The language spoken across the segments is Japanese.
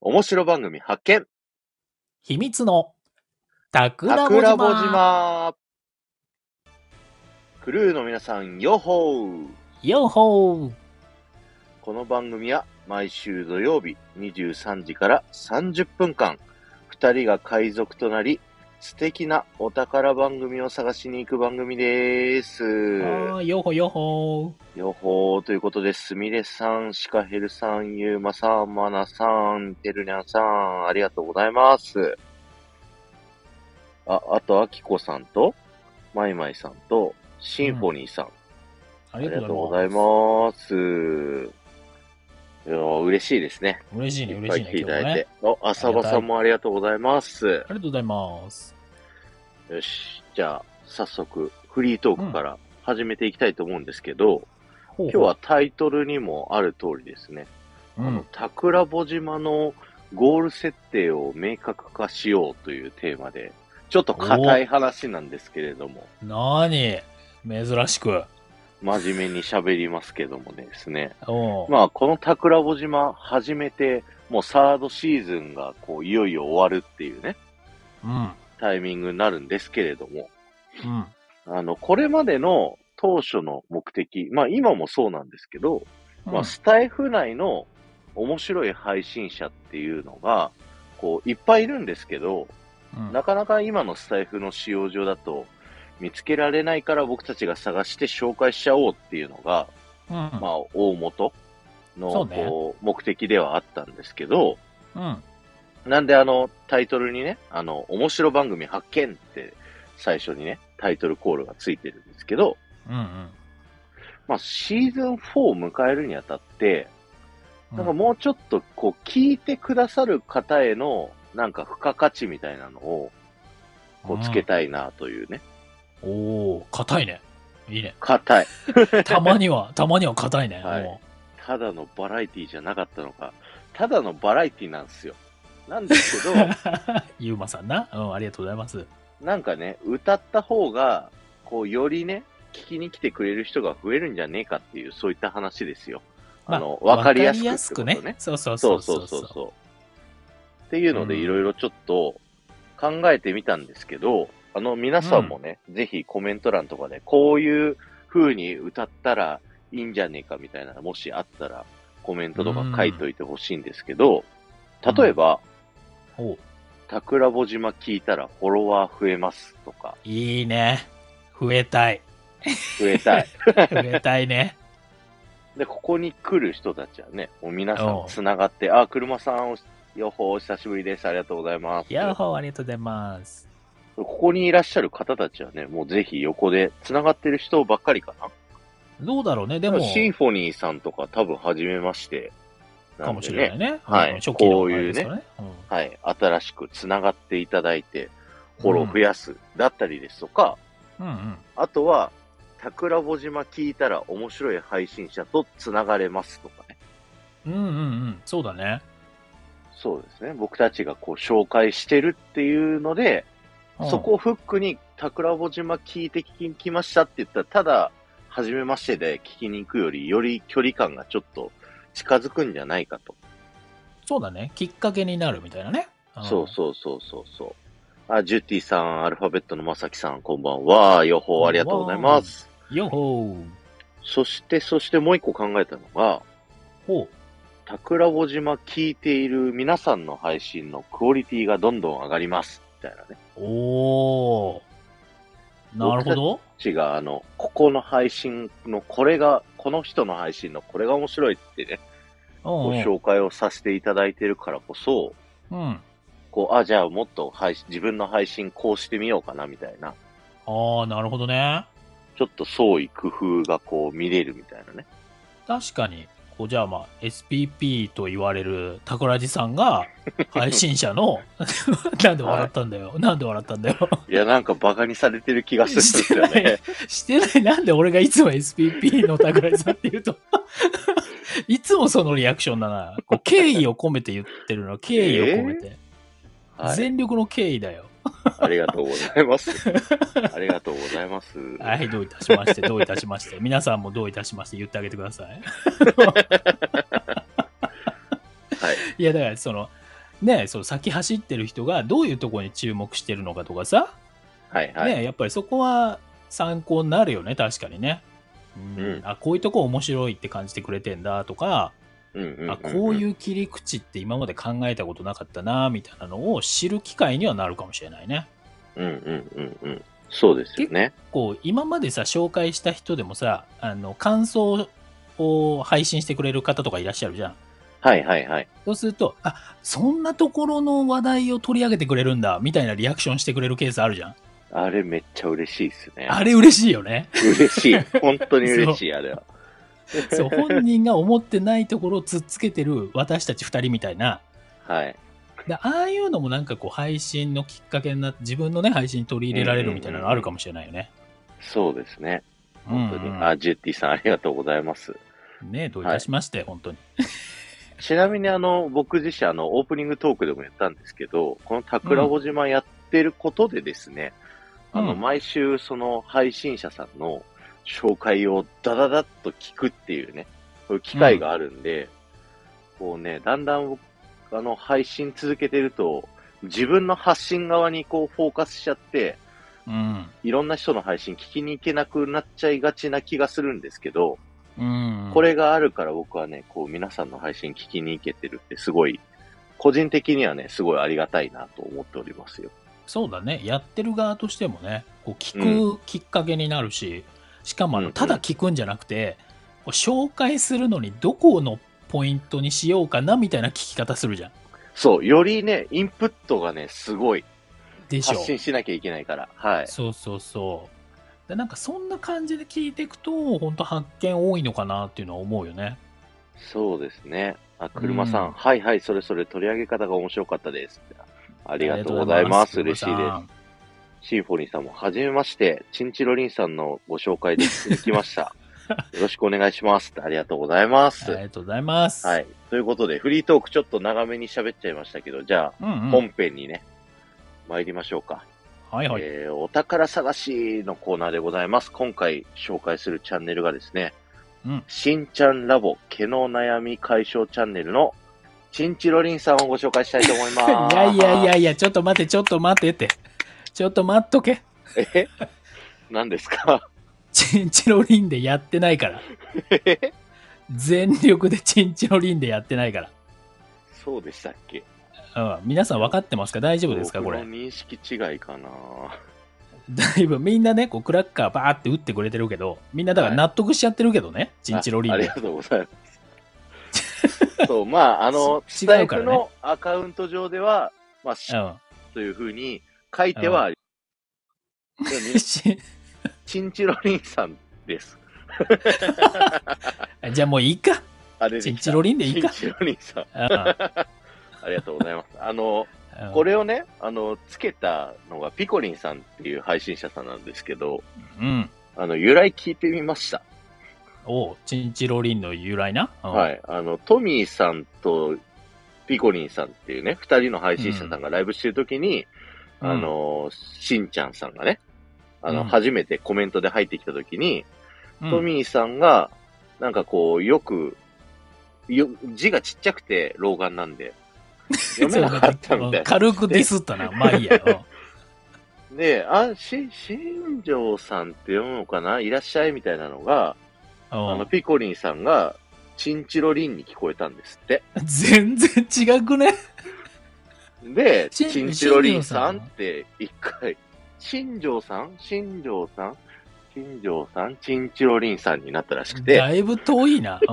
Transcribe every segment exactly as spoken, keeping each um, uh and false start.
面白番組発見。 秘密の桜桜穂穂島。 島。クルーの皆さん、ヨッホー。 ヨッホー。 この番組は毎週土曜日にじゅうさんじからさんじゅっぷんかん、二人が海賊となり、素敵なお宝番組を探しに行く番組です。 あー、ヨッホーヨッホー。 ヨッホーということで、すみれさん、シカヘルさん、ゆうまさん、まなさん、てるにゃんさん、ありがとうございます。あ、あと、あきこさんと、まいまいさんと、シンフォニーさん。 あありがりがとうございとうございます。 ます。いやー嬉しいですね。 嬉しいね、 いっぱい嬉しいね、 来ていただいて。 今日もね。 お、浅場さんもありがとうございます。 ありがとうございます。 よし。じゃあ、早速、フリートークから始めていきたいと思うんですけど、 ほうほう今日はタイトルにもある通りですね。 うん、 あの、桜穂島のゴール設定を明確化しようというテーマで、ちょっと硬い話なんですけれども、 なーに珍しく。 真面目に喋りますけどもですね。 おうまあ、この桜穂島始めて、もうサードシーズンがこう、いよいよ終わるっていうね、 うん、 タイミングになるんですけれども、 うん、 あの、これまでの当初の目的、まあ今もそうなんですけど、 うん、 まあスタイフ内の面白い配信者っていうのが、こう、いっぱいいるんですけど、 うん、 なかなか今のスタイフの使用上だと見つけられないから僕たちが探して紹介しちゃおうっていうのが、 うん、 まあ大元のそうねこう目的ではあったんですけど、 うん、 なんであのタイトルにね、あの、面白番組発見って最初にね、タイトルコールがついてるんですけど、 うん、うん。 まあシーズンフォーを迎えるにあたって、なんかうんもうちょっとこう聞いてくださる方へのなんか付加価値みたいなのをこうつけたいなというね。 おー、硬いね。いいね。 硬い。 たまには、たまには硬いね。 はいもただのバラエティじゃなかったのか。ただのバラエティなんですよ。なんですけど、 うゆうまさんな。うん、ありがとうございます。 なんかね、歌った方が、こう、よりね、聞きに来てくれる人が増えるんじゃねえかっていう、そういった話ですよ。あの、わ、かりやすくってことね。 そうそうそそううそううそそうそう。っていうので、いろいろちょっと考えてみたんですけど、あの、皆さんもね、ぜひコメント欄とかで、こういう風に歌ったらいいんじゃねえかみたいな、もしあったら、コメントとか書いといてほしいんですけど、例えば、 おう桜穂島聞いたらフォロワー増えますとか、 いいね。増えたい。 増えたい。 増えたいね。 で、ここに来る人たちはね、もう皆さんおう繋がって、あ、車さん、よほお久しぶりです。ありがとうございます。 やっほー、ありがとうございます。 ここにいらっしゃる方たちはね、もうぜひ横で繋がってる人ばっかりかな。 どうだろうね。でも、 シンフォニーさんとか多分初めましてなんでね。 かもしれないね。 はいうん初期のこういうねあれですからね。うんはい。新しく繋がっていただいて、フォロー増やす、だったりですとか、 うんうん。 あとは、桜穂島聞いたら面白い配信者と繋がれますとかね。 うんうんうん。そうだね。 そうですね。僕たちがこう紹介してるっていうので、 うんそこをフックに桜穂島聞いて聞きに来ましたって言ったら、ただ、初めましてで聞きに行くより、より距離感がちょっと近づくんじゃないかと。 そうだね。きっかけになるみたいなね。んそうそうそうそうそう。あ、ジュッティさん、アルファベットのまさきさん、こんばんは。予報ありがとうございます。 よっほー。 そして、そしてもう一個考えたのが、 ほう。 桜穂島聞いている皆さんの配信のクオリティがどんどん上がります。みたいなね。 おー。なるほど。 僕たちが、あの、ここの配信のこれが、この人の配信のこれが面白いってね、ごうんうん紹介をさせていただいてるからこそ、 うん。 こう、あ、じゃあもっと配信、自分の配信こうしてみようかな、みたいな。 ああ、なるほどね。 ちょっと創意工夫がこう見れるみたいなね。 確かに、こうじゃあまあ エスピーピー と言われる桜地さんが配信者のなんで笑ったんだよ、はい、なんで笑ったんだよいやなんかバカにされてる気がするんですよね。 してないしてない。なんで俺がいつも エスピーピー の桜地さんって言うといつもそのリアクションだな。こう敬意を込めて言ってるの。敬意を込めて、えーはい、全力の敬意だよ。 ありがとうございます。ありがとうございます。 はい、どういたしまして、どういたしまして。皆さんもどういたしまして言ってあげてください。はい。いや、だからその、 ね、そう、先走ってる人がどういうところに注目してるのかとかさ、 はいはい。 ね、やっぱりそこは参考になるよね、確かにね。うん、 うんあ、こういうとこ面白いって感じてくれてんだとか、 うんうんうん、うん。 あ、こういう切り口って今まで考えたことなかったな、みたいなのを知る機会にはなるかもしれないね。 うんうんうんうん。そうですよね。 結構、今までさ、紹介した人でもさ、あの、感想を配信してくれる方とかいらっしゃるじゃん。 はいはいはい。 そうすると、あ、そんなところの話題を取り上げてくれるんだ、みたいなリアクションしてくれるケースあるじゃん。 あれめっちゃ嬉しいっすね。 あれ嬉しいよね。 嬉しい。本当に嬉しい、あれは。 そう、本人が思ってないところをつっつけてる私たち二人みたいな。 はい。 でああいうのもなんかこう配信のきっかけになって、自分のね、配信に取り入れられるみたいなのあるかもしれないよね。 そうですね。本当に。 うんうん、 あ、ジュッティさんありがとうございます。 ね、どういたしまして、はい、本当に。 ちなみにあの、僕自身あの、オープニングトークでも言ったんですけど、この桜穂島やってることでですね、うん、あの、毎週その配信者さんの紹介をダダダッと聞くっていうね、そういう機会があるんで、うん、こうね、だんだんあの、配信続けてると、自分の発信側にこうフォーカスしちゃって、 うん、 いろんな人の配信聞きに行けなくなっちゃいがちな気がするんですけど、 うん、 これがあるから僕はね、こう皆さんの配信聞きに行けてるってすごい、個人的にはね、すごいありがたいなと思っておりますよ。 そうだね。やってる側としてもね、こう聞くきっかけになるし、うん、しかもあの、ただ聞くんじゃなくて、こう紹介するのにどこのポイントにしようかなみたいな聞き方するじゃん。 そう、よりね、インプットがね、すごい。 でしょ。 発信しなきゃいけないから。はい。 そうそうそう。でなんかそんな感じで聞いていくと、本当発見多いのかなっていうのは思うよね。 そうですね。あ、車さん、うん、はいはい、それそれ取り上げ方が面白かったです。ありがとうございます。嬉しいです。シンフォニーさんも、はじめまして、チンチロリンさんのご紹介で聞きました。よろしくお願いします。ありがとうございます。 ありがとうございます。 はい。ということで、フリートークちょっと長めに喋っちゃいましたけど、じゃあ、うんうん、本編にね、参りましょうか。 はいはい。 えー、お宝探しのコーナーでございます。今回紹介するチャンネルがですね、うん、しんちゃんラボ毛の悩み解消チャンネルのチンチロリンさんをご紹介したいと思います。 いやいやいやいや、ちょっと待って、ちょっと待ってって。ちょっと待っとけ。 え何ですか？ チンチロリンでやってないから。全力でチンチロリンでやってないから。 そうでしたっけ？ うん、皆さん分かってますか？大丈夫ですかこれ。 僕の認識違いかな。 だいぶみんなね、こうクラッカーバーって打ってくれてるけど、みんなだから納得しちゃってるけどね、はい、チンチロリンで。 あ。ありがとうございます。そう、まあ、あの、スタイフのアカウント上では、まあ、し、うん、というふうに書いてはあります。うん、チンチロリンさんです。 じゃあもういいか。 あれチンチロリンでいいか。 チンチロリンさん。ありがとうございます。あの、これをね、あの、つけたのがピコリンさんっていう配信者さんなんですけど、 うん。 あの、由来聞いてみました。 おう、チンチロリンの由来な。 はい。あの、トミーさんとピコリンさんっていうね、二人の配信者さんがライブしてるときに、うん、あの、しんちゃんさんがね、あの、うん、初めてコメントで入ってきたときに、うん、トミーさんが、なんかこう、よく、よ字がちっちゃくて老眼なんで、読めなかったみたいな。 軽くディスったな。まあいいや。 で、あ、し、新庄さんって読むのかないらっしゃいみたいなのが、あの、ピコリンさんが、チンチロリンに聞こえたんですって。 全然違くね。 で、チンチロリンさんって一回、新庄さん新庄さん新庄さんチンチロリンさんになったらしくて。 だいぶ遠いな。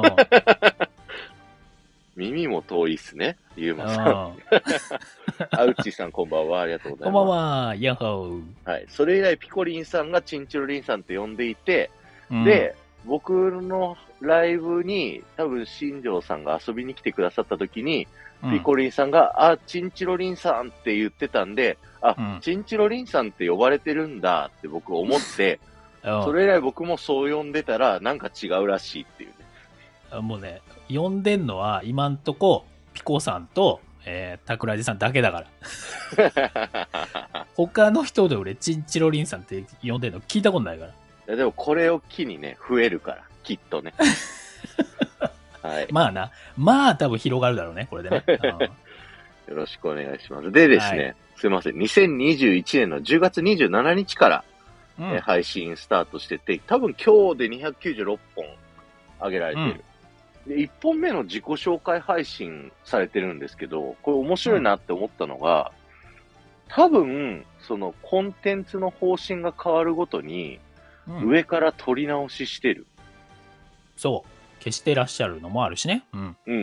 耳も遠いっすね、ゆうまさん。あうちさんこんばんは、ありがとうございます。 こんばんは、ヤッホー。 はい。それ以来、ピコリンさんがチンチロリンさんって呼んでいて、うん、で、僕のライブに、多分、新庄さんが遊びに来てくださった時に、うん、ピコリンさんが、あ、チンチロリンさんって言ってたんで、あ、うん、チンチロリンさんって呼ばれてるんだって僕思って、それ以来僕もそう呼んでたら、なんか違うらしいっていうね。 もうね、呼んでんのは今んとこピコさんと、えー、タクラジさんだけだから他の人で俺チンチロリンさんって呼んでんの聞いたことないから。いやでもこれを機にね増えるからきっとね、はい、 まあなまあ多分広がるだろうねこれでね、 よろしくお願いします。でですね、はい、すいません。にせんにじゅういちねんのじゅうがつにじゅうしちにちから、うん、え配信スタートしてて、多分今日でにひゃくきゅうじゅうろっぽん上げられてる。うん、でいっぽんめの自己紹介配信されてるんですけど、これ面白いなって思ったのが、うん、多分、そのコンテンツの方針が変わるごとに、うん、上から撮り直ししてる。 そう。消してらっしゃるのもあるしね。うん。 うんうんうん。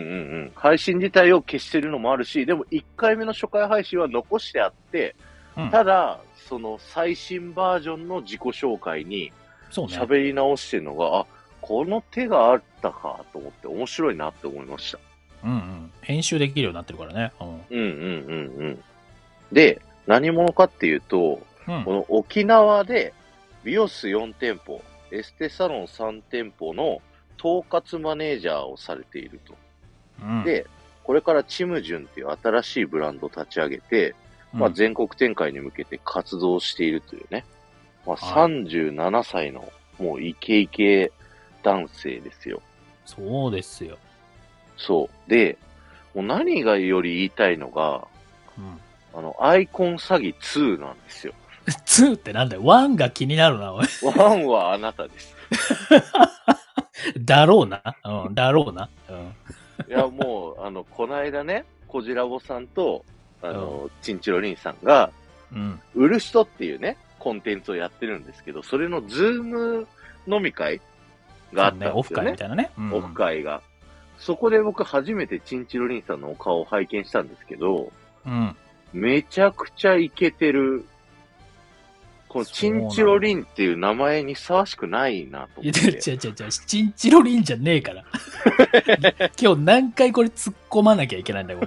配信自体を消してるのもあるし、でもいっかいめの初回配信は残してあって、うん、ただ、その最新バージョンの自己紹介に喋り直してるのが、ね、あ、この手があったかと思って面白いなって思いました。 うんうん。編集できるようになってるからね。 うん、うんうんうんうん。で、何者かっていうと、うん、この沖縄で美容室よんてんぽ、エステサロンさんてんぽの統括マネージャーをされていると。うん、で、これからチムジュンっていう新しいブランドを立ち上げて、うん、まあ、全国展開に向けて活動しているというね。まあ、さんじゅうななさいのもうイケイケ男性ですよ。 そうですよ。 そう。で、もう何がより言いたいのが、うん、あの、アイコン詐欺ツーなんですよ。 ツーってなんだよ。ワンが気になるな、おい。 ワンはあなたです。 だろうな。うん、だろうな。うん、 いや、もう、あの、この間ね、コジラボさんと、あの、うん、チンチロリンさんが、うん、売る人っていうね、コンテンツをやってるんですけど、それのズーム飲み会があったんですよね。ね、 オフ会みたいなね。 うん、オフ会が。そこで僕初めてチンチロリンさんのお顔を拝見したんですけど、うん、めちゃくちゃイケてる。このチンチロリンっていう名前にふさわしくないなと思って。いや、 違う違う違う、チンチロリンじゃねえから。今日何回これ突っ込まなきゃいけないんだよ、こ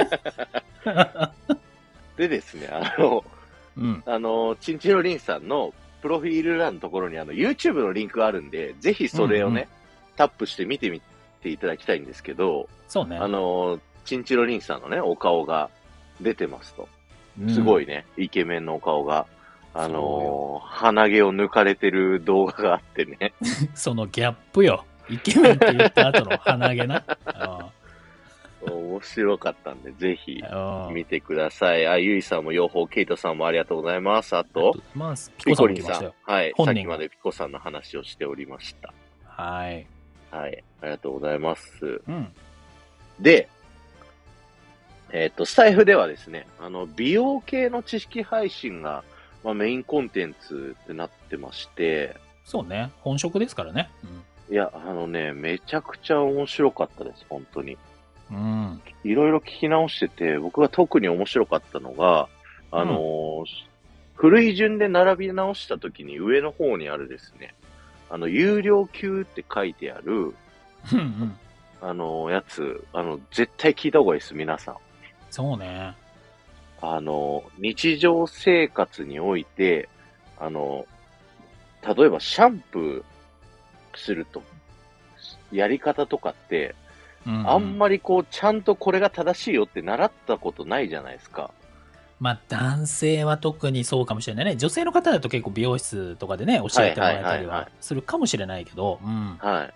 れ。でですね、あの、うん、あの、チンチロリンさんのプロフィール欄のところにあの YouTube のリンクがあるんで、ぜひそれをね、うんうん、タップして見てみていただきたいんですけど、 そうね。 あの、チンチロリンさんのね、お顔が出てますと。すごいね、うん、イケメンのお顔が。あのー、鼻毛を抜かれてる動画があってね。 そのギャップよ。イケメンって言った後の鼻毛な。あ面白かったんで、ぜひ見てください。あ、ゆいさんも養蜂、ケイトさんもありがとうございます。あと、 ピコリンさん。 はい。さっきまでピコさんの話をしておりました。 はい。 はい。ありがとうございます。うん、で、えっと、スタイフではですね、あの、美容系の知識配信が、まあ、メインコンテンツってなってまして。 そうね。本職ですからね。 うん、いや、あのね、めちゃくちゃ面白かったです、本当に。うん。いろいろ聞き直してて、僕が特に面白かったのが、あのーうん、古い順で並び直した時に上の方にあるですね、あの、有料級って書いてある、うんうん、あのー、やつ、あの、絶対聞いた方がいいです、皆さん。 そうね。 あの、日常生活において、あの、例えばシャンプーすると、やり方とかって、うんうん、あんまりこう、ちゃんとこれが正しいよって習ったことないじゃないですか。 まあ、男性は特にそうかもしれないね。女性の方だと結構美容室とかでね、教えてもらえたりはするかもしれないけど、うん。 はい。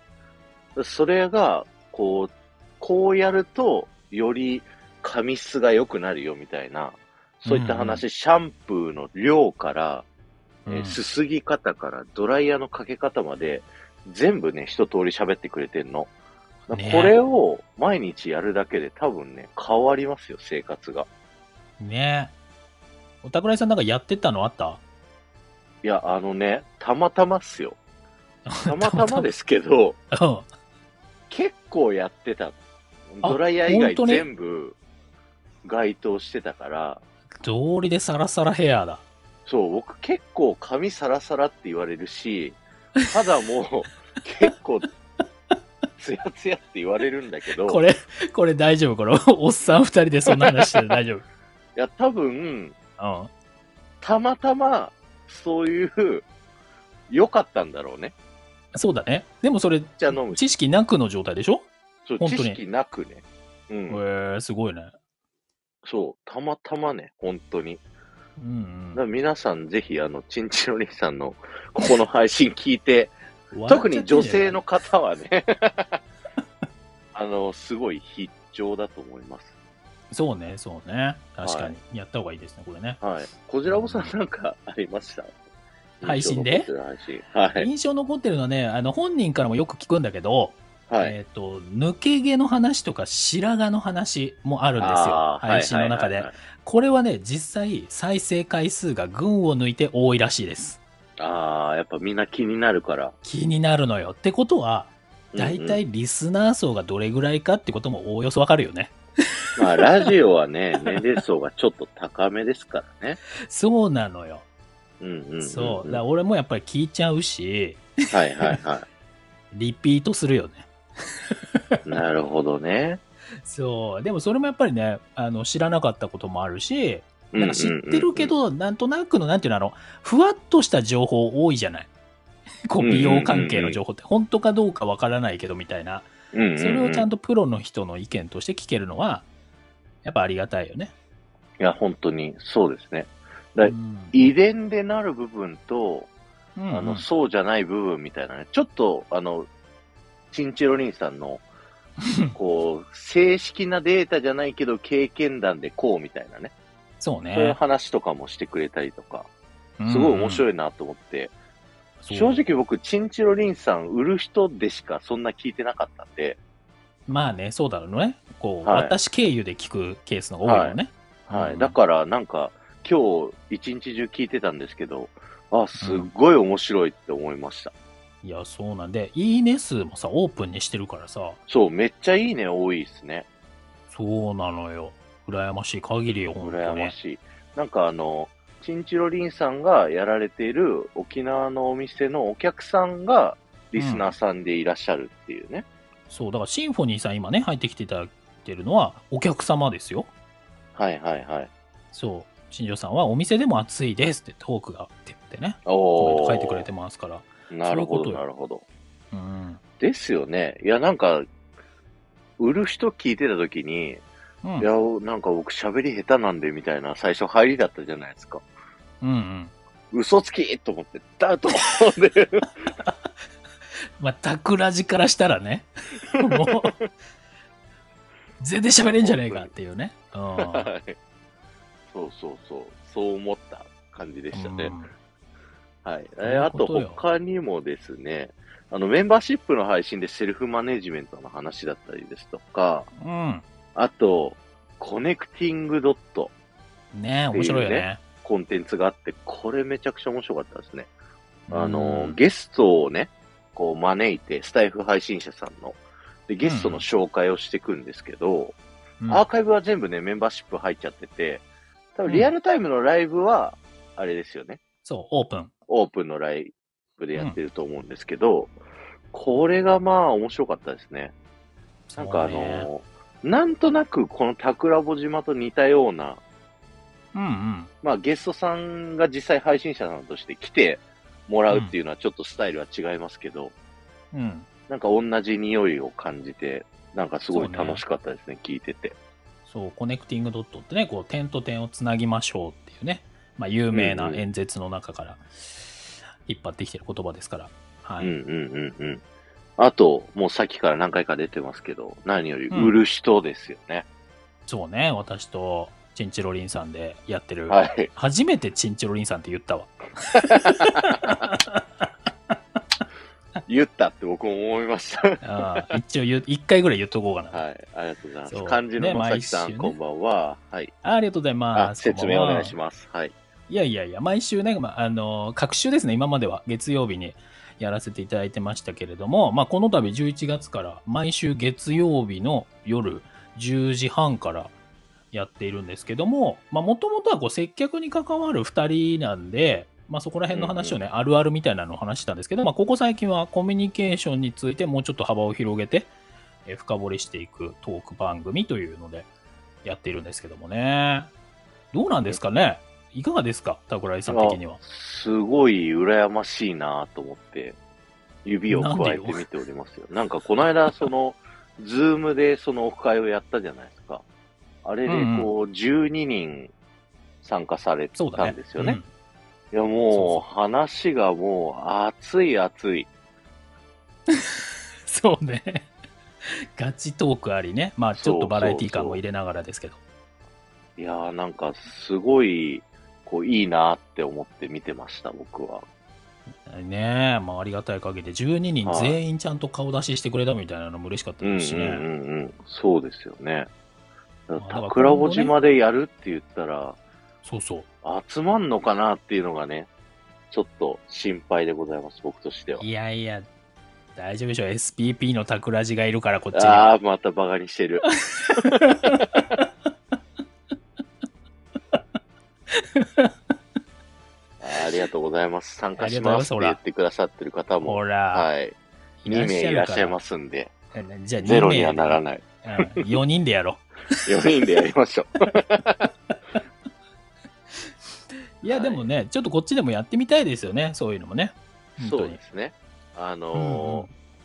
それが、こう、こうやると、より、髪質が良くなるよみたいな、そういった話、うんうん、シャンプーの量から、うん、えー、すすぎ方から、ドライヤーのかけ方まで、全部ね、一通り喋ってくれてんの。ね、これを毎日やるだけで多分ね、変わりますよ、生活が。 ねえ。おたくらいさんなんかやってたのあった？ いや、あのね、たまたまっすよ。たまたまですけど、結構やってた。ドライヤー以外全部、該当してたから。 道理でサラサラヘアだ。 そう、僕結構髪サラサラって言われるし、肌も結構ツヤツヤって言われるんだけど。 これ、これ大丈夫？これ、おっさん二人でそんな話して大丈夫？いや、多分、うん、たまたま、そういう、良かったんだろうね。 そうだね。でもそれ、知識なくの状態でしょ？ そう、知識なくね。 うん。へえー、すごいね。 そう、たまたまね、本当に。うんうん、だから皆さんぜひ、あの、チンチロリさんのここの配信聞いて、特に女性の方はね、あの、すごい必聴だと思います。 そうね、そうね。確かはに。やった方がいいですね、これね。 い。はい。こじらぼさんなんかありました？ 配信で印象残ってる配信。はい。 印象残ってるのはね、あの、本人からもよく聞くんだけど、 はい。 えっ、と、抜け毛の話とか白髪の話もあるんですよ。 ああ、は配いはいは信の中で。 いはい。 これはね、実際、再生回数が群を抜いて多いらしいです。 ああ、やっぱみんな気になるから。 気になるのよ。ってことは、だいたうんうん。 いリスナー層がどれぐらいかってこともおおよそわかるよね。 まあ、ラジオはね、年齢層がちょっと高めですからね。 そうなのよ。 うんうんうんそう。だからうん。 俺もやっぱり聞いちゃうし、 はいはいはリピートするよね。 い。なるほどね。 そう。でもそれもやっぱりね、あの、知らなかったこともあるし、 うんうんなんか知ってうんうん。 るけど、なんとなくの、なんていうの、あの、ふわっとした情報多いじゃない。こう、 うんうん美容関係うんの情報って、本当かどうかわからないけど、みたいな。 うん。うんそれをうんうん。 ちゃんとプロの人の意見として聞けるのは、やっぱありがたいよね。 いや、本当にそうですね。だうん。 遺伝でなる部分と、あの、 うんうん。 そうじゃない部分みたいなね。ちょっと、あの、チンチロリンさんの、こう、正式なデータじゃないけど、経験談でこうみたいなね。そういうそうね。 話とかもしてくれたりとか、 うんうすごい面ん。 白いなと思って、正そう。 直僕、チンチロリンさん売る人でしかそんな聞いてなかったんで、 まあね、そうだろうね。こう、 はい、 私経由で聞くケースの方が多いはい、 もんね。うはい。だんからなんか、今日一日中聞いてたんですけど、あ、 うん。 すっうん。 ごい面白いって思いました。 いや、そうなんで、いいね数もさ、オープンにしてるからさ、 そう、めっちゃいいね多いですね。 そうなのよ。羨ましい限りよ、ほんとに。 羨ましい。なんかあの、チンチロリンさんがやられている沖縄のお店のお客さんがリスうん。 ナーさんでいらっしゃるっていうね。 そう、だからシンフォニーさん今ね、入ってきていただいてるのは、お客様ですよ。 はいはいはい。 そう。新庄さんはお店でも暑いですってトークがって言ってね、コメント書いてくれおてますから。 ー、なるほどそういうことよ。 なるほど。 うん。 ですよね。いやなんか、売る人聞いてた時に、 うん。 いや、なんか僕喋り下手なんでみたいな最初入りだったじゃないですか。 うんうん。 嘘つきと思って、だと思うんで。 まあ、タクラジからしたらね、もう、全然喋れんじゃねえかっ本当に。 ていうね。うはい。そうそうそう。そう思った感じでしん。 たね。 うん。 はい。 そういうえーあとことよ。 他にもですね、あのメンバーシップの配信でセルフマネジメントの話だったりですとか、 うん。 あと、コネクティングドットねえ、 って面白いうね、 いよね。 コンテンツがあって、これめちゃくちゃ面白かったですね。 うあの、 ん。 ゲストをね、こう招いて、スタイフ配信者さんの、で、ゲストのうん紹介をしていくんですけど、 うん。うん。 アーカイブは全部ね、メンバーシップ入っちゃってて、多分リアうん。 ルタイムのライブは、あれですよね。 そう、オープン。 オープンのライブでうん。 やってると思うんですけど、これがまあ面白かったですね。なんかあそうね。 のなんとなくこの桜穂島と似たような、 うんまあゲストさんが実際配信者さんとして来てもらうん。うん。 うっていうのはちょっとスタイルは違いますけど、 うん。 なんか同じ匂いを感じて、なんかすごい楽そうね。 しかったですね、聞いてて。 そう、コネクティングドットってね、こう、点と点をつなぎましょうっていうね、まあ、有うん名なうん。 演説の中から引っ張ってきてる言葉ですから。はい。 うんうんうんうん。あと、もうさっきから何回か出てますけど、何よりうん。 売る人ですよね。 そうね、私とチンチロリンさんでやってる。 はい。 初めてチンチロリンさんって言ったわ。 言ったって僕も思いました。 ああ、一応言う、一回ぐらい言っとこうかなと。 はい。ありがとうございます。 そう。 漢字のね、 まさきさん、 毎週ね。 こんばんは。はい。 ありがとうございあ、 ます。こんばん説明お願いは。 します。はい。 いやいやいや、毎週ね、まあ、あの、各週ですね、今までは月曜日にやらせていただいてましたけれども、まあ、この度じゅういちがつから毎週月曜日の夜じゅうじはんからやっているんですけども、まあ、もともとはこう接客に関わるふたりなんで、まあ、そこら辺の話をね、 うんあるあるみたいなのを話したんですけど、まあ、ここ最近はコミュニケーションについてもうちょっと幅を広げて、えー深掘りしていくトーク番組というのでやっているんですけどもね。どうなんうん。 ですかね、いかがですか、桜井さんあ、 的には。 すごい羨ましいなと思って、指をなんでよ。 加えてみておりますよ。なんかこの間、その、ズームでそのオフ会をやったじゃないですか。あれうんうん。 でこう、じゅうににん参加されたんそうだね。 ですよね。 うん。 いやもう、 そうそう。 話がもう、熱い熱い。 そうね。ガチトークありね。まあちょっとそうバラエそうそティ感も入れながらですけど。 いやーなんかすごい、こういいなって思って見てました、僕は。 ねえ、まあありがたい限りで、じゅうににんは全員ちゃんと顔出ししてくれたみたいなのも嬉しかっい。うんうんたですしね。 うんうん。そうですよね。だからまあだから桜尾今後ね、 島でやるって言ったら、 そうそう。 集まんのかなっていうのがね、ちょっと心配でございます、僕としては。 いやいや、大丈夫でしょ。エスピーピー のタクラジがいるから、こっちには。 ああ、またバカにしてる。あーありがとうございます。参加しますって言ってくださってる方も、 ほら、 はい。 いらっに名しゃるからいらっしゃいますんで、 じゃあゼロにはに名で、 ならない。 うん、よにんでやろよにんでやりましょう。 う。いや、でもね、ちょっとこっちでもやってみたいですよね。そういうのもね。本当にそうですね。あのーうんうん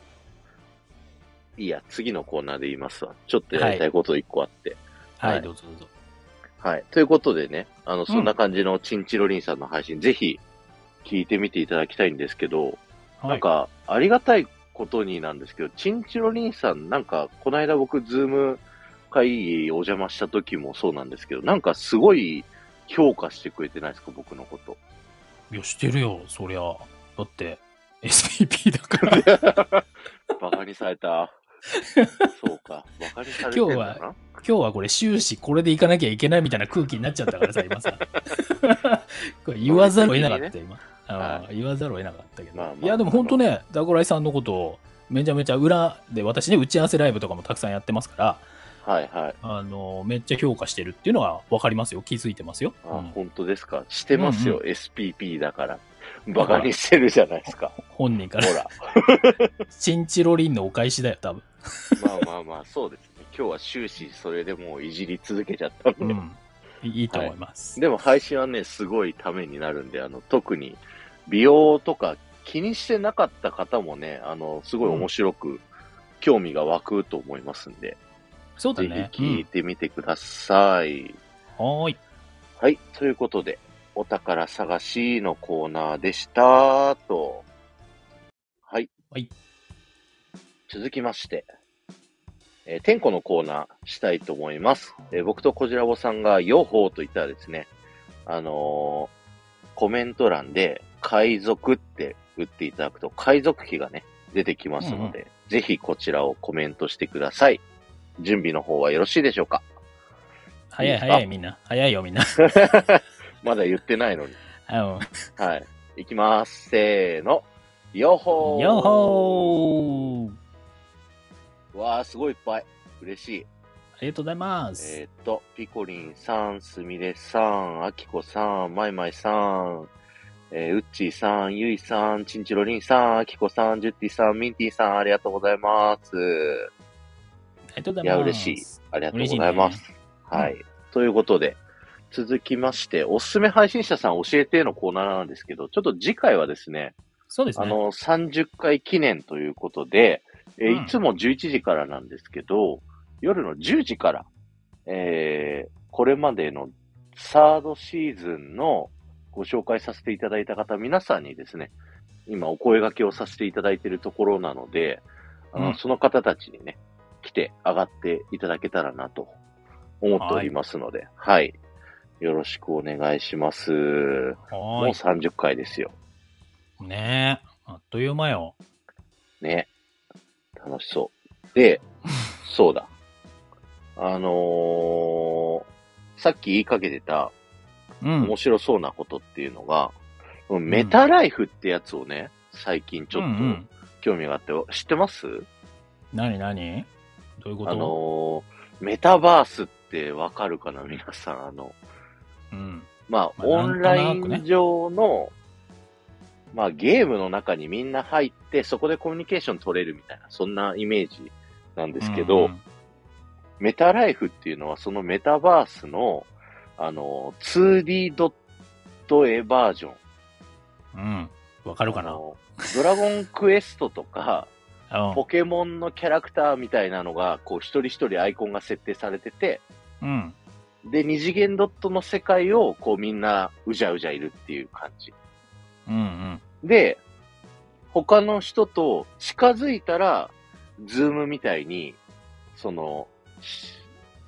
いいや、次のコーナーで言いますわ。ちょっとやりたいこと一個あって。 はい、 はいどうぞどうぞ。 はい。ということでね、あの、そんな感じのチンチロリンさんの配信、ぜひ聞いてみていただきたいんですけど、 はい、 なんか、ありがたいことになんですけど、チンチロリンさん、なんか、この間僕、ズーム会議お邪魔した時もそうなんですけど、なんかすごい評価してくれてないですか、僕のこと。 いや、してるよ、そりゃ。だって、エスピーピー だから。 バカにされた。そうか、バカにされてんだな。 今日はこれ終始これでいかなきゃいけないみたいな空気になっちゃったからさ、今さ。これ言わざるを得なかった、今。あは言わざるを得なかったけど。 まあまあいや、でも本当ね、ダゴライさんのことをめちゃめちゃ裏で、私ね、打ち合わせライブとかもたくさんやってますから、 はいはい。 あの、めっちゃ評価してるっていうのは分かりますよ。気づいてますよ。 あ、 うん本当ですか。してますよ、 うんエスピーピー だから。バカにしてるじゃないですか。 本人から。 ほら。 チンチロリンのお返しだよ、多分。 まあまあまあ、そうですね。今日は終始それでもういじり続けちゃったんで。 うん。いいいと思います。 でも配信はね、すごいためになるんで、あの、特に美容とか気にしてなかった方もね、あの、すごい面白く、興味が湧くと思いますんで、 そうだね。 ぜひ聞いてみてください。 うん、はーい。 はい。ということで、お宝探しのコーナーでしたと。はい。 はい。 続きまして、えー、天子のコーナーしたいと思います。えー、僕とこじらぼさんがヨッホーと言ったらですね、あのー、コメント欄で海賊って打っていただくと海賊機がね、出てきますので、うんうん、ぜひこちらをコメントしてください。準備の方はよろしいでしょうか？ 早い早いみんな。早いよみんな。 まだ言ってないのに。 うん、 はい。いきます。せーの。ヨッホーヨッホーわー、すごいいっぱい。嬉しい。 ありがとうございます。 えー、っと、ピコリンさん、すみれさん、あきこさん、まいまいさん、えー、うっちーさん、ゆいさん、ちんちろりんさん、あきこさん、ジュッティさん、ミンティさん、ありがとうございます。 ありがとうございます。 いや、嬉しい。ありがとうございます。ね、はい、うん。ということで、続きまして、おすすめ配信者さん教えてのコーナーなんですけど、ちょっと次回はですね、 そうですね。 あの、さんじゅっかい記念ということで、えーうん、いつもじゅういちじからなんですけど、夜のじゅうじから、えー、これまでのサードシーズンのご紹介させていただいた方、皆さんにですね、今お声掛けをさせていただいているところなので、あの、うん、その方たちにね、来て上がっていただけたらなと思っておりますので、はい、はい。よろしくお願いします。もうさんじゅっかいですよ。 ねえ、あっという間よ。 ね。楽しそう。で、そうだ。あのー、さっき言いかけてた、面白そうなことっていうのが、うん、メタライフってやつをね、最近ちょっと興味があって、うんうん、知ってます？ 何何どういうこと？ あのー、メタバースってわかるかな皆さん。あの、 うん。 まあ、まあ、オンライン上の、まあ、ゲームの中にみんな入って、そこでコミュニケーション取れるみたいな、そんなイメージなんですけど、うんうん、メタライフっていうのはそのメタバースの、あの、ツーディー ドット絵バージョン。 うん。わかるかな？ ドラゴンクエストとか、ポケモンのキャラクターみたいなのが、こう一人一人アイコンが設定されてて、 うん。 で、二次元ドットの世界を、こうみんなうじゃうじゃいるっていう感じ。 うんうん。 で、他の人と近づいたら、ズームみたいに、その、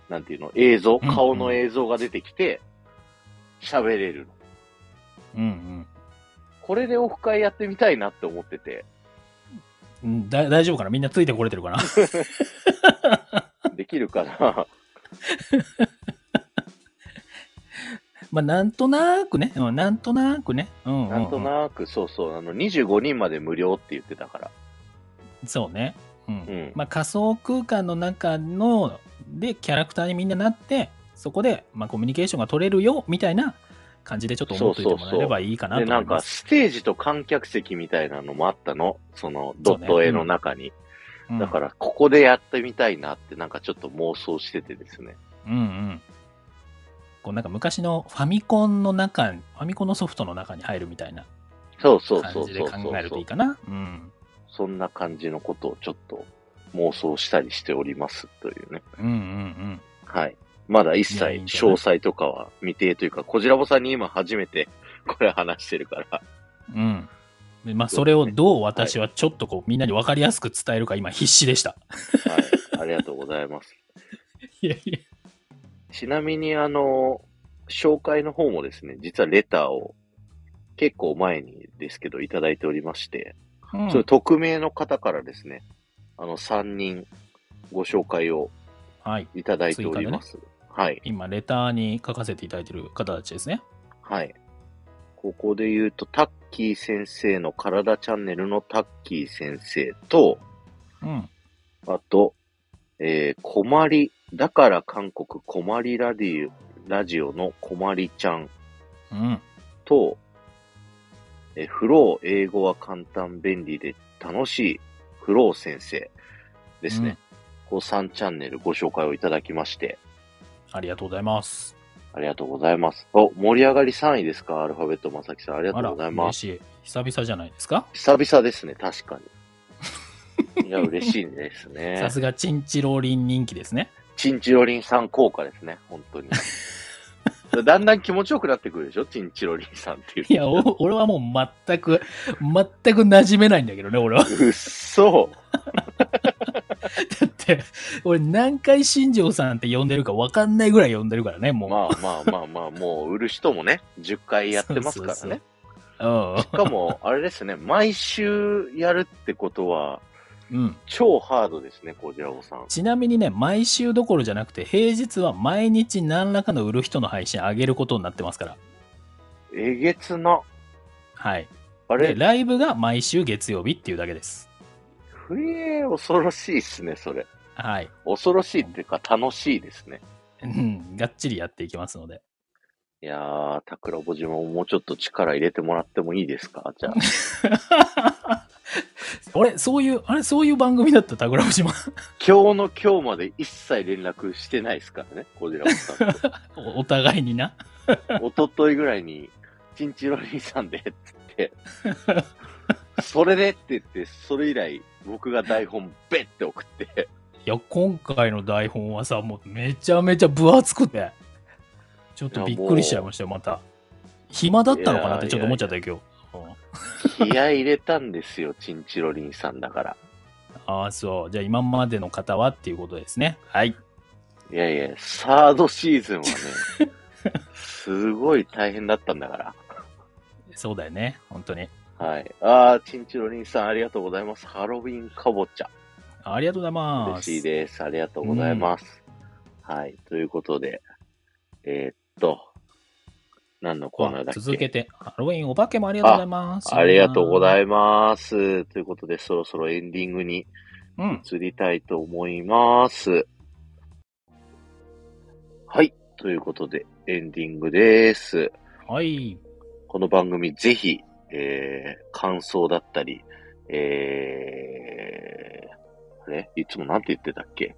なんていうの、映像、 うんうん顔の映像が出てきて、喋れるの。 うんこれでオフ会やってみたいなって思ってて。 うん。だ大丈夫かな、みんなついてこれてるかな。 できるかな。 まあ、なんとなくね。うん、なんとなくね。うんうんうん、 なんとなく、そうそう、あの、にじゅうごにんまで無料って言ってたから。 そうね。うん。 うん。 まあ、仮想空間の中の、で、キャラクターにみんななって、そこで、まあ、コミュニケーションが取れるよ、みたいな感じでちょっと思っといてもらえればいいかなとで、なんか、 思います。 ステージと観客席みたいなのもあったの。その、ドそうねット絵の中に。 うんだか、ら、ここでやってみたいなって、なんかちょっと妄想しててですね。 うんうん。こうなんか昔のファミコンの中、ファミコンのソフトの中に入るみたいなそうそうそ感じでうそうそう考えるといいかな。うん。 そんな感じのことをちょっと妄想したりしておりますというね。 うんうんうん。 はい。まだ一いやい切いんじゃない詳細とかは未定というか、こじらぼさんに今初めてこれ話してるから。 うん。でまあ、それをどう私はちょっとこう、みんなに分かりやすく伝えるか今必死でした。 はい。ありがとうございます。 いやいや。 ちなみにあの、紹介の方もですね、実はレターを結構前にですけどいただいておりまして、 うん、 それ匿名の方からですね、あのさんにんご紹介をはい。 いただいております。はい。 今、レターに書かせていただいている方たちですね。 はい。ここで言うと、タッキー先生の体チャンネルのタッキー先生と、 うん。 あと、えー、こまり、だから韓国こまりラディラジオのこまりちゃんうん。 と、えー、フロー英語は簡単便利で楽しいフロー先生ですね。こうさんチャンネルご紹介をいただきまして、 ありがとうございます。 ありがとうございます。お、盛り上がりさんいですか？アルファベットまさきさん。ありがとあら、 うございます。 嬉しい。久々じゃないですか？ 久々ですね、確かに。いや、嬉しいですね。 さすがチンチロリン人気ですね。 チンチロリンさん効果ですね、本当に。だんだん気持ちよくなってくるでしょ、チンチロリンさんっていう。 いや、お俺はもう全く、全く馴染めないんだけどね、俺は。 うっそ。 だって、俺何回新庄さんって呼んでるか分かんないぐらい呼んでるからね、もう。 まあまあまあまあ、もう売る人もね、じゅっかいやってますからね。 そうそうそううん。 しかも、あれですね、毎週やるってことは、 うん。 超ハードですね、こじらぼさん。 ちなみにね、毎週どころじゃなくて、平日は毎日何らかの売る人の配信上げることになってますから。 えげつな。 はい。 あれ、 で、ライブが毎週月曜日っていうだけです。 ふえー、恐ろしいっすね、それ。 はい。 恐ろしいっていうか、楽しいですね。 うん、がっちりやっていきますので。 いやー、桜ぼ島ももうちょっと力入れてもらってもいいですか？じゃあ。 あれ、そういう、あれ、そういう番組だったタグラム島。 今日の今日まで一切連絡してないですからね、こじらぼさんと。 おお互いにな。 一昨日ぐらいに、チンチロリンさんで、つって、それでって言って、それ以来、僕が台本べって送って。 いや、今回の台本はさ、もうめちゃめちゃ分厚くて、ちょっとびっくりしちゃいましたよ、また。暇だったのかなってちょっと思っちゃったよ、今日。 気合い入れたんですよ、チンチロリンさんだから。 ああ、そう。じゃあ今までの方はっていうことですね。はい。 いやいや、サードシーズンはね、すごい大変だったんだから。 そうだよね、本当に。 はい。あー、チンチロリンさんありがとうございます。ハロウィンかぼちゃ。 ありがとうございます。 嬉しいです。ありがとうございます。うん、はい。ということで、えー、っと、何のコーナーだっけ？ 続けて、ハロウィンお化けもありがとうございます。 ありがとうございいます。ということで、そろそろエンディングに移りたいと思います。うん、はい。ということで、エンディングです。 はい。 この番組ぜひ、えー、感想だったり、えー、あれいつもなんて言ってたっけ？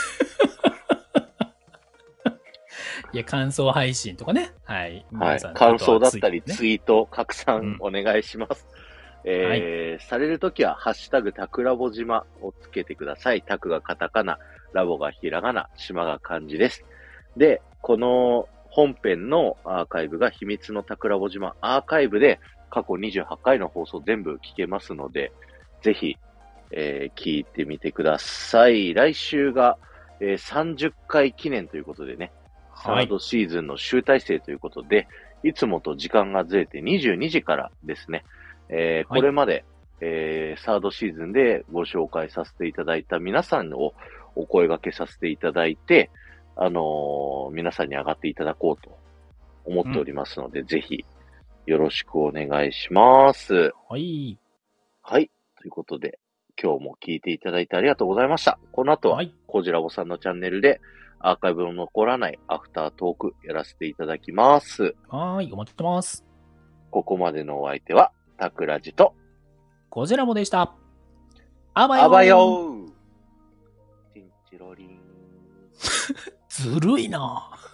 いや、感想配信とかね。はい。 はい。感想だったり、ツイート、拡散お願いします。うん、えー、はい、されるときは、ハッシュタグ、タクラボ島をつけてください。タクがカタカナ、ラボがひらがな、島が漢字です。で、この本編のアーカイブが秘密のタクラボ島アーカイブで、過去にじゅうはちかいの放送全部聞けますので、ぜひ、えー、聞いてみてください。来週が、 えー、さんじゅっかい記念ということでね、サはい。 ードシーズンの集大成ということで、いつもと時間がずれてにじゅうにじからですね、えーはいこれまで、えーサードシーズンでご紹介させていただいた皆さんをお声掛けさせていただいて、あのー皆さんに上がっていただこうと思っておりますので、ぜひよろしくお願いします。 はい。 はい。ということで、今日も聞いていただいてありがとうございました。この後はは、い。 コジラボさんのチャンネルでアーカイブの残らないアフタートークやらせていただきます。 はーい。お待ちしてます。 ここまでのお相手は、タクラジと、 こちらもでした。あばよーあばよーチンチロリン。 ずるいな。